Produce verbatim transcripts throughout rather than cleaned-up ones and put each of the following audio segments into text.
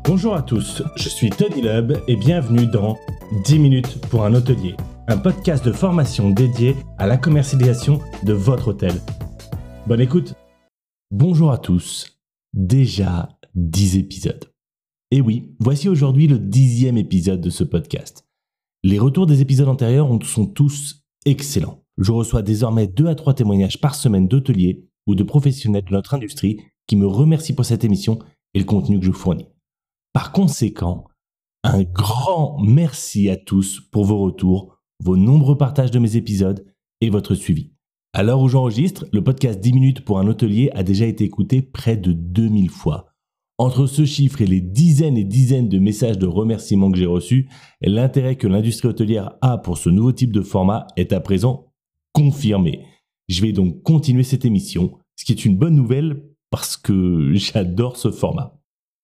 Bonjour à tous, je suis Tony Lub et bienvenue dans dix minutes pour un hôtelier, un podcast de formation dédié à la commercialisation de votre hôtel. Bonne écoute. Bonjour à tous, déjà dix épisodes. Et oui, voici aujourd'hui le dixième épisode de ce podcast. Les retours des épisodes antérieurs sont tous excellents. Je reçois désormais deux à trois témoignages par semaine d'hôteliers ou de professionnels de notre industrie qui me remercient pour cette émission et le contenu que je fournis. Par conséquent, un grand merci à tous pour vos retours, vos nombreux partages de mes épisodes et votre suivi. À l'heure où j'enregistre, le podcast dix minutes pour un hôtelier a déjà été écouté près de deux mille fois. Entre ce chiffre et les dizaines et dizaines de messages de remerciements que j'ai reçus, l'intérêt que l'industrie hôtelière a pour ce nouveau type de format est à présent confirmé. Je vais donc continuer cette émission, ce qui est une bonne nouvelle parce que j'adore ce format.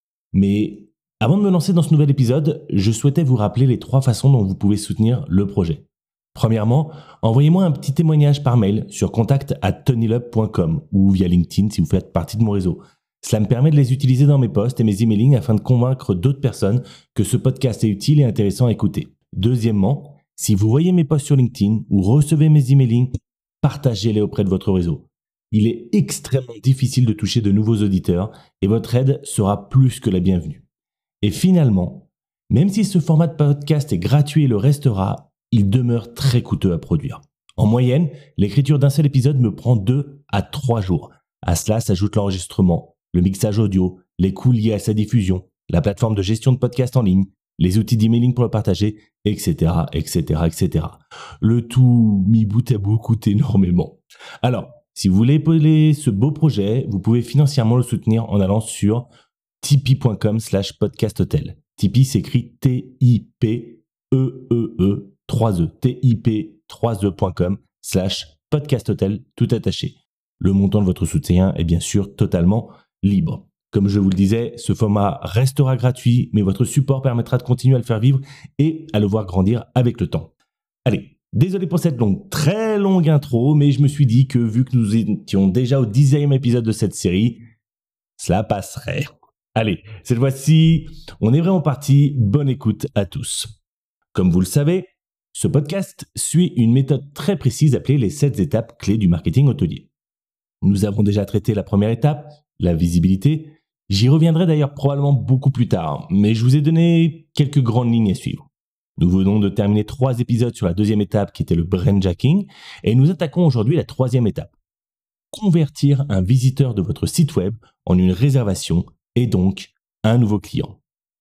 Mais avant de me lancer dans ce nouvel épisode, je souhaitais vous rappeler les trois façons dont vous pouvez soutenir le projet. Premièrement, envoyez-moi un petit témoignage par mail sur contact arobase tonylub point com ou via LinkedIn si vous faites partie de mon réseau. Cela me permet de les utiliser dans mes posts et mes emailing afin de convaincre d'autres personnes que ce podcast est utile et intéressant à écouter. Deuxièmement, si vous voyez mes posts sur LinkedIn ou recevez mes emailing, partagez-les auprès de votre réseau. Il est extrêmement difficile de toucher de nouveaux auditeurs et votre aide sera plus que la bienvenue. Et finalement, même si ce format de podcast est gratuit et le restera, il demeure très coûteux à produire. En moyenne, l'écriture d'un seul épisode me prend deux à trois jours. À cela s'ajoute l'enregistrement, le mixage audio, les coûts liés à sa diffusion, la plateforme de gestion de podcast en ligne, les outils d'emailing pour le partager, et cetera, et cetera, et cetera. Le tout mis bout à bout coûte énormément. Alors, si vous voulez épauler ce beau projet, vous pouvez financièrement le soutenir en allant sur tipeee point com slash podcast hotel. Tipeee s'écrit T I P E E E trois E. T I P trois E point com slash podcast hotel tout attaché. Le montant de votre soutien est bien sûr totalement libre. Comme je vous le disais, ce format restera gratuit, mais votre support permettra de continuer à le faire vivre et à le voir grandir avec le temps. Allez, désolé pour cette longue, très longue intro, mais je me suis dit que vu que nous étions déjà au dixième épisode de cette série, cela passerait. Allez, cette fois-ci, on est vraiment parti. Bonne écoute à tous. Comme vous le savez, ce podcast suit une méthode très précise appelée les sept étapes clés du marketing hôtelier. Nous avons déjà traité la première étape, la visibilité. J'y reviendrai d'ailleurs probablement beaucoup plus tard, mais je vous ai donné quelques grandes lignes à suivre. Nous venons de terminer trois épisodes sur la deuxième étape qui était le brainjacking et nous attaquons aujourd'hui la troisième étape. Convertir un visiteur de votre site web en une réservation et donc un nouveau client.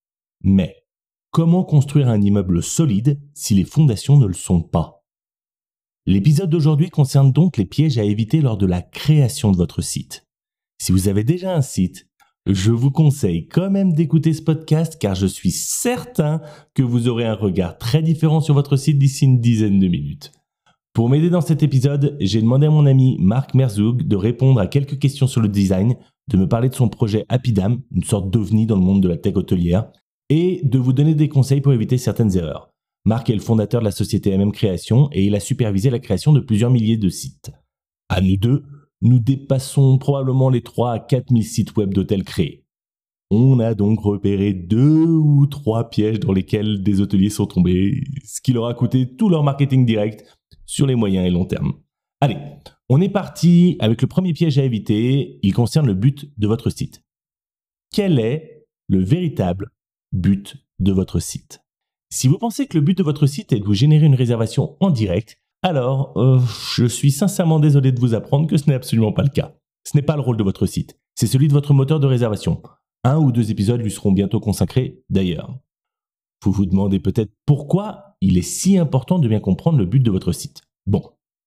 Mais comment construire un immeuble solide si les fondations ne le sont pas ? L'épisode d'aujourd'hui concerne donc les pièges à éviter lors de la création de votre site. Si vous avez déjà un site, je vous conseille quand même d'écouter ce podcast car je suis certain que vous aurez un regard très différent sur votre site d'ici une dizaine de minutes. Pour m'aider dans cet épisode, j'ai demandé à mon ami Marc Merzoug de répondre à quelques questions sur le design, de me parler de son projet Apidam, une sorte d'ovni dans le monde de la tech hôtelière, et de vous donner des conseils pour éviter certaines erreurs. Marc est le fondateur de la société M M Création et il a supervisé la création de plusieurs milliers de sites. À nous deux, nous dépassons probablement les trois à quatre mille sites web d'hôtels créés. On a donc repéré deux ou trois pièges dans lesquels des hôteliers sont tombés, ce qui leur a coûté tout leur marketing direct sur les moyens et long terme. Allez, on est parti avec le premier piège à éviter. Il concerne le but de votre site. Quel est le véritable but de votre site ? Si vous pensez que le but de votre site est de vous générer une réservation en direct, alors euh, je suis sincèrement désolé de vous apprendre que ce n'est absolument pas le cas. Ce n'est pas le rôle de votre site, c'est celui de votre moteur de réservation. Un ou deux épisodes lui seront bientôt consacrés d'ailleurs. Vous vous demandez peut-être pourquoi il est si important de bien comprendre le but de votre site. Bon.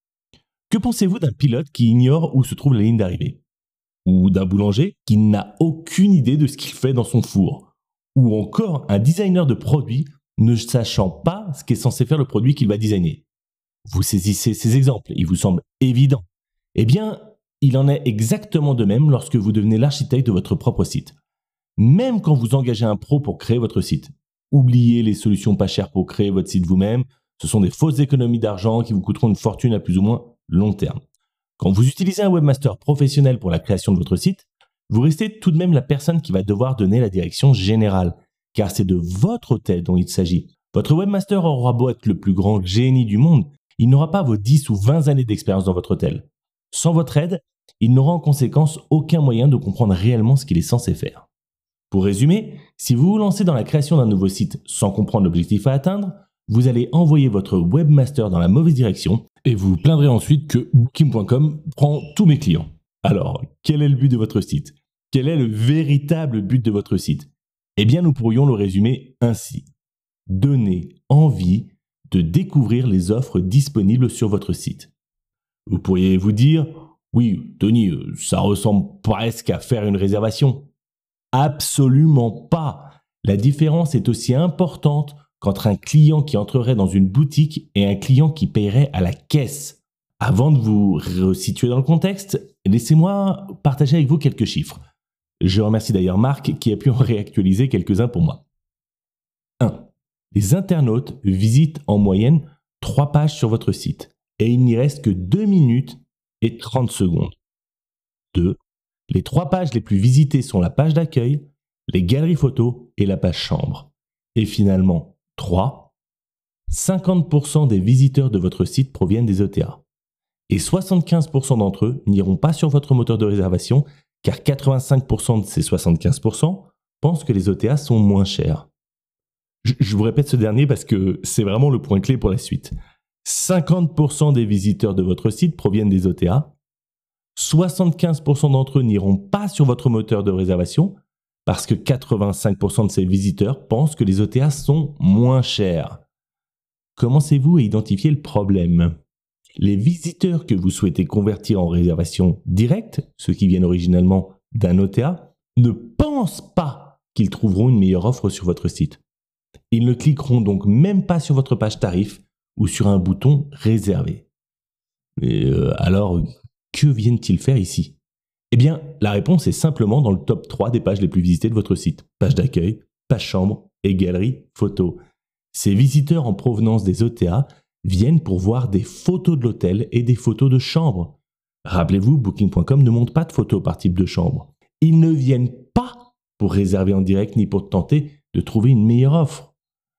Que pensez-vous d'un pilote qui ignore où se trouve la ligne d'arrivée ? Ou d'un boulanger qui n'a aucune idée de ce qu'il fait dans son four ? Ou encore un designer de produit ne sachant pas ce qu'est censé faire le produit qu'il va designer ? Vous saisissez ces exemples, ils vous semblent évidents. Eh bien, il en est exactement de même lorsque vous devenez l'architecte de votre propre site. Même quand vous engagez un pro pour créer votre site, oubliez les solutions pas chères pour créer votre site vous-même. Ce sont des fausses économies d'argent qui vous coûteront une fortune à plus ou moins long terme. Quand vous utilisez un webmaster professionnel pour la création de votre site, vous restez tout de même la personne qui va devoir donner la direction générale. car c'est de votre hôtel dont il s'agit. Votre webmaster aura beau être le plus grand génie du monde, il n'aura pas vos dix ou vingt années d'expérience dans votre hôtel. Sans votre aide, il n'aura en conséquence aucun moyen de comprendre réellement ce qu'il est censé faire. Pour résumer, si vous vous lancez dans la création d'un nouveau site sans comprendre l'objectif à atteindre, vous allez envoyer votre webmaster dans la mauvaise direction et vous vous plaindrez ensuite que Booking point com prend tous mes clients. Alors, quel est le but de votre site? Quel est le véritable but de votre site? Eh bien, nous pourrions le résumer ainsi. Donner envie de découvrir les offres disponibles sur votre site. Vous pourriez vous dire, oui, Tony, ça ressemble presque à faire une réservation. Absolument pas. La différence est aussi importante qu'entre un client qui entrerait dans une boutique et un client qui paierait à la caisse. Avant de vous resituer dans le contexte, laissez-moi partager avec vous quelques chiffres. Je remercie d'ailleurs Marc qui a pu en réactualiser quelques-uns pour moi. un. Les internautes visitent en moyenne trois pages sur votre site et il n'y reste que deux minutes et trente secondes. deux. Les trois pages les plus visitées sont la page d'accueil, les galeries photos et la page chambre. Et finalement, trois. cinquante pour cent des visiteurs de votre site proviennent des O T A. Et soixante-quinze pour cent d'entre eux n'iront pas sur votre moteur de réservation car quatre-vingt-cinq pour cent de ces soixante-quinze pour cent pensent que les O T A sont moins chers. Je, je vous répète ce dernier parce que c'est vraiment le point clé pour la suite. cinquante pour cent des visiteurs de votre site proviennent des O T A. soixante-quinze pour cent d'entre eux n'iront pas sur votre moteur de réservation parce que quatre-vingt-cinq pour cent de ces visiteurs pensent que les O T A sont moins chers. Commencez-vous à identifier le problème? Les visiteurs que vous souhaitez convertir en réservation directe, ceux qui viennent originalement d'un O T A, ne pensent pas qu'ils trouveront une meilleure offre sur votre site. Ils ne cliqueront donc même pas sur votre page tarif ou sur un bouton réservé. Et euh, alors, que viennent-ils faire ici? Eh bien, la réponse est simplement dans le top trois des pages les plus visitées de votre site. Page d'accueil, page chambre et galerie photo. Ces visiteurs en provenance des O T A viennent pour voir des photos de l'hôtel et des photos de chambre. Rappelez-vous, Booking point com ne montre pas de photos par type de chambre. Ils ne viennent pas pour réserver en direct ni pour tenter de trouver une meilleure offre.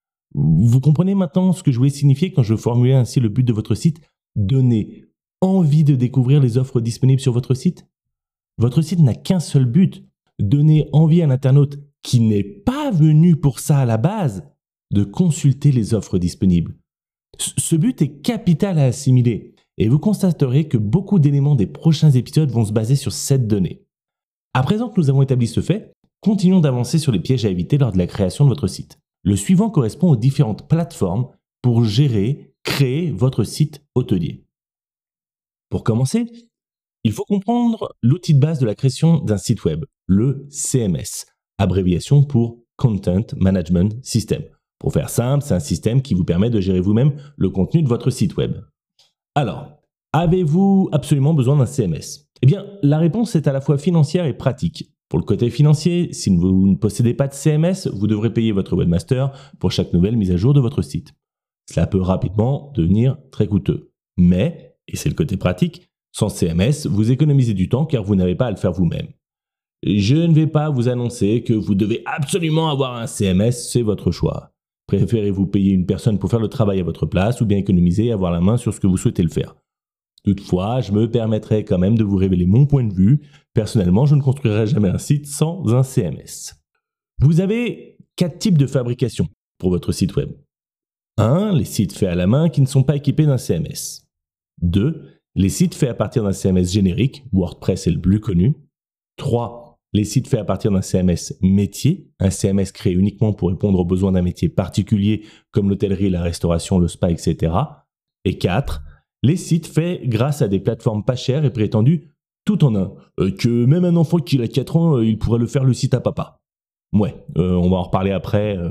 Vous comprenez maintenant ce que je voulais signifier quand je formulais ainsi le but de votre site? Donner envie de découvrir les offres disponibles sur votre site? Votre site n'a qu'un seul but, donner envie à l'internaute qui n'est pas venu pour ça à la base de consulter les offres disponibles. Ce but est capital à assimiler et vous constaterez que beaucoup d'éléments des prochains épisodes vont se baser sur cette donnée. À présent que nous avons établi ce fait, continuons d'avancer sur les pièges à éviter lors de la création de votre site. Le suivant correspond aux différentes plateformes pour gérer, créer votre site hôtelier. Pour commencer, il faut comprendre l'outil de base de la création d'un site web, le C M S, abréviation pour Content Management System. Pour faire simple, c'est un système qui vous permet de gérer vous-même le contenu de votre site web. Alors, avez-vous absolument besoin d'un C M S? Eh bien, la réponse est à la fois financière et pratique. Pour le côté financier, si vous ne possédez pas de C M S, vous devrez payer votre webmaster pour chaque nouvelle mise à jour de votre site. Cela peut rapidement devenir très coûteux. Mais, et c'est le côté pratique, sans C M S, vous économisez du temps car vous n'avez pas à le faire vous-même. Je ne vais pas vous annoncer que vous devez absolument avoir un C M S, c'est votre choix. Préférez-vous payer une personne pour faire le travail à votre place ou bien économiser et avoir la main sur ce que vous souhaitez le faire? Toutefois, je me permettrai quand même de vous révéler mon point de vue. Personnellement, je ne construirai jamais un site sans un C M S. Vous avez quatre types de fabrication pour votre site web. un. Les sites faits à la main qui ne sont pas équipés d'un C M S. deux. Les sites faits à partir d'un C M S générique, WordPress est le plus connu. trois. Les sites faits à partir d'un C M S métier, un C M S créé uniquement pour répondre aux besoins d'un métier particulier comme l'hôtellerie, la restauration, le spa, et cetera. Et quatre. Les sites faits grâce à des plateformes pas chères et prétendues tout en un, euh, que même un enfant qui a quatre ans, euh, il pourrait le faire le site à papa. Ouais, euh, on va en reparler après, euh...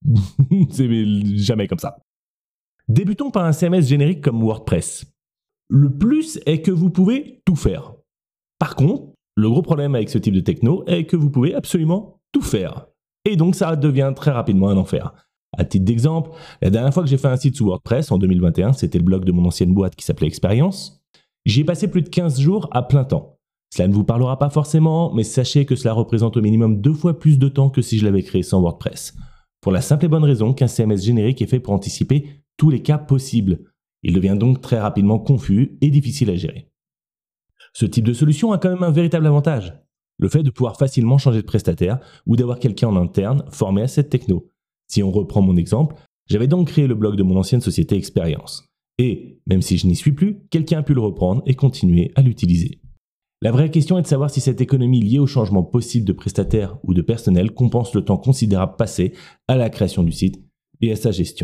c'est jamais comme ça. Débutons par un C M S générique comme WordPress. Le plus est que vous pouvez tout faire. Par contre, le gros problème avec ce type de techno est que vous pouvez absolument tout faire. Et donc ça devient très rapidement un enfer. À titre d'exemple, la dernière fois que j'ai fait un site sous WordPress, en deux mille vingt et un, c'était le blog de mon ancienne boîte qui s'appelait Expérience, j'y ai passé plus de quinze jours à plein temps. Cela ne vous parlera pas forcément, mais sachez que cela représente au minimum deux fois plus de temps que si je l'avais créé sans WordPress. pour la simple et bonne raison qu'un C M S générique est fait pour anticiper tous les cas possibles. Il devient donc très rapidement confus et difficile à gérer. Ce type de solution a quand même un véritable avantage, le fait de pouvoir facilement changer de prestataire ou d'avoir quelqu'un en interne formé à cette techno. Si on reprend mon exemple, j'avais donc créé le blog de mon ancienne société Expérience. Et, même si je n'y suis plus, quelqu'un a pu le reprendre et continuer à l'utiliser. La vraie question est de savoir si cette économie liée au changement possible de prestataire ou de personnel compense le temps considérable passé à la création du site et à sa gestion.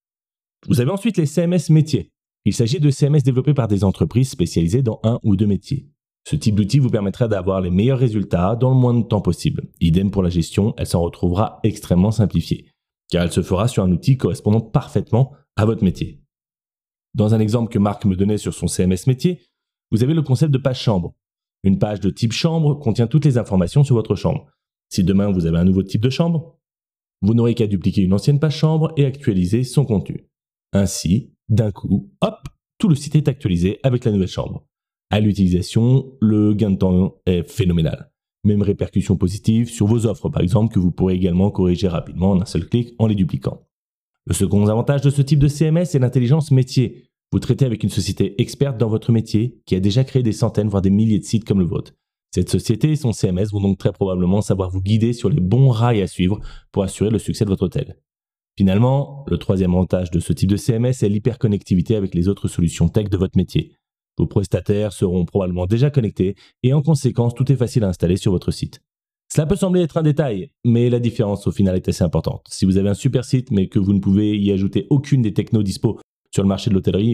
Vous avez ensuite les C M S métiers. Il s'agit de C M S développés par des entreprises spécialisées dans un ou deux métiers. Ce type d'outil vous permettra d'avoir les meilleurs résultats dans le moins de temps possible. Idem pour la gestion, elle s'en retrouvera extrêmement simplifiée, car elle se fera sur un outil correspondant parfaitement à votre métier. Dans un exemple que Marc me donnait sur son C M S métier, vous avez le concept de page chambre. Une page de type chambre contient toutes les informations sur votre chambre. Si demain vous avez un nouveau type de chambre, vous n'aurez qu'à dupliquer une ancienne page chambre et actualiser son contenu. Ainsi, d'un coup, hop, tout le site est actualisé avec la nouvelle chambre. À l'utilisation, le gain de temps est phénoménal. Même répercussions positives sur vos offres, par exemple, que vous pourrez également corriger rapidement en un seul clic en les dupliquant. Le second avantage de ce type de C M S est l'intelligence métier. Vous traitez avec une société experte dans votre métier qui a déjà créé des centaines, voire des milliers de sites comme le vôtre. Cette société et son C M S vont donc très probablement savoir vous guider sur les bons rails à suivre pour assurer le succès de votre hôtel. Finalement, le troisième avantage de ce type de C M S est l'hyperconnectivité avec les autres solutions tech de votre métier. Vos prestataires seront probablement déjà connectés et en conséquence, tout est facile à installer sur votre site. Cela peut sembler être un détail, mais la différence au final est assez importante. Si vous avez un super site mais que vous ne pouvez y ajouter aucune des technos dispo sur le marché de l'hôtellerie,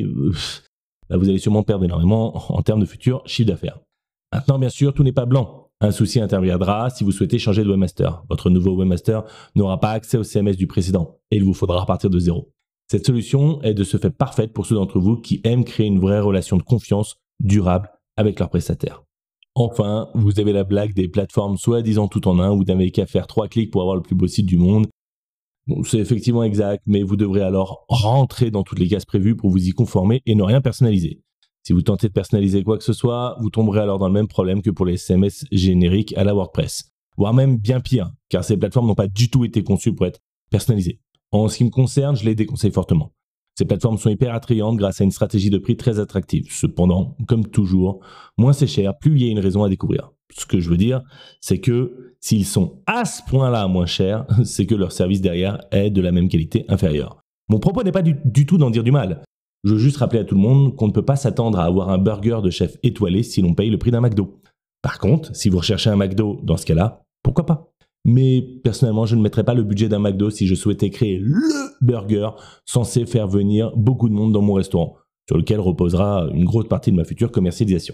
bah vous allez sûrement perdre énormément en termes de futur chiffre d'affaires. Maintenant, bien sûr, tout n'est pas blanc. Un souci interviendra si vous souhaitez changer de webmaster. Votre nouveau webmaster n'aura pas accès au C M S du précédent et il vous faudra repartir de zéro. Cette solution est de ce fait parfaite pour ceux d'entre vous qui aiment créer une vraie relation de confiance durable avec leurs prestataires. Enfin, vous avez la blague des plateformes soi-disant tout en un où vous n'avez qu'à faire trois clics pour avoir le plus beau site du monde. Bon, c'est effectivement exact, mais vous devrez alors rentrer dans toutes les cases prévues pour vous y conformer et ne rien personnaliser. Si vous tentez de personnaliser quoi que ce soit, vous tomberez alors dans le même problème que pour les C M S génériques à la WordPress. Voire même bien pire, car ces plateformes n'ont pas du tout été conçues pour être personnalisées. En ce qui me concerne, je les déconseille fortement. Ces plateformes sont hyper attrayantes grâce à une stratégie de prix très attractive. Cependant, comme toujours, moins c'est cher, plus il y a une raison à découvrir. Ce que je veux dire, c'est que s'ils sont à ce point-là moins chers, c'est que leur service derrière est de la même qualité inférieure. Mon propos n'est pas du, du tout d'en dire du mal. Je veux juste rappeler à tout le monde qu'on ne peut pas s'attendre à avoir un burger de chef étoilé si l'on paye le prix d'un McDo. Par contre, si vous recherchez un McDo dans ce cas-là, pourquoi pas ? Mais personnellement, je ne mettrais pas le budget d'un McDo si je souhaitais créer le burger censé faire venir beaucoup de monde dans mon restaurant, sur lequel reposera une grosse partie de ma future commercialisation.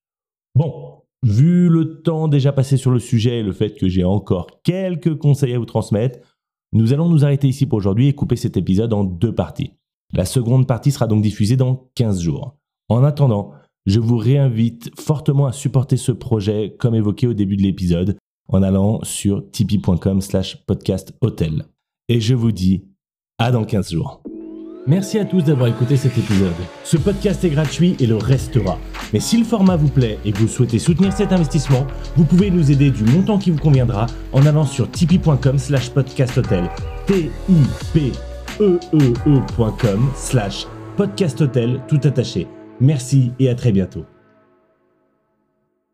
Bon, vu le temps déjà passé sur le sujet et le fait que j'ai encore quelques conseils à vous transmettre, nous allons nous arrêter ici pour aujourd'hui et couper cet épisode en deux parties. La seconde partie sera donc diffusée dans quinze jours. En attendant, je vous réinvite fortement à supporter ce projet comme évoqué au début de l'épisode en allant sur tipeee.com slash podcast hotel. Et je vous dis à dans quinze jours. Merci à tous d'avoir écouté cet épisode. Ce podcast est gratuit et le restera. Mais si le format vous plaît et que vous souhaitez soutenir cet investissement, vous pouvez nous aider du montant qui vous conviendra en allant sur tipeee.com slash podcast hotel. T I P E E E point com slash podcast hotel tout attaché. Merci et à très bientôt.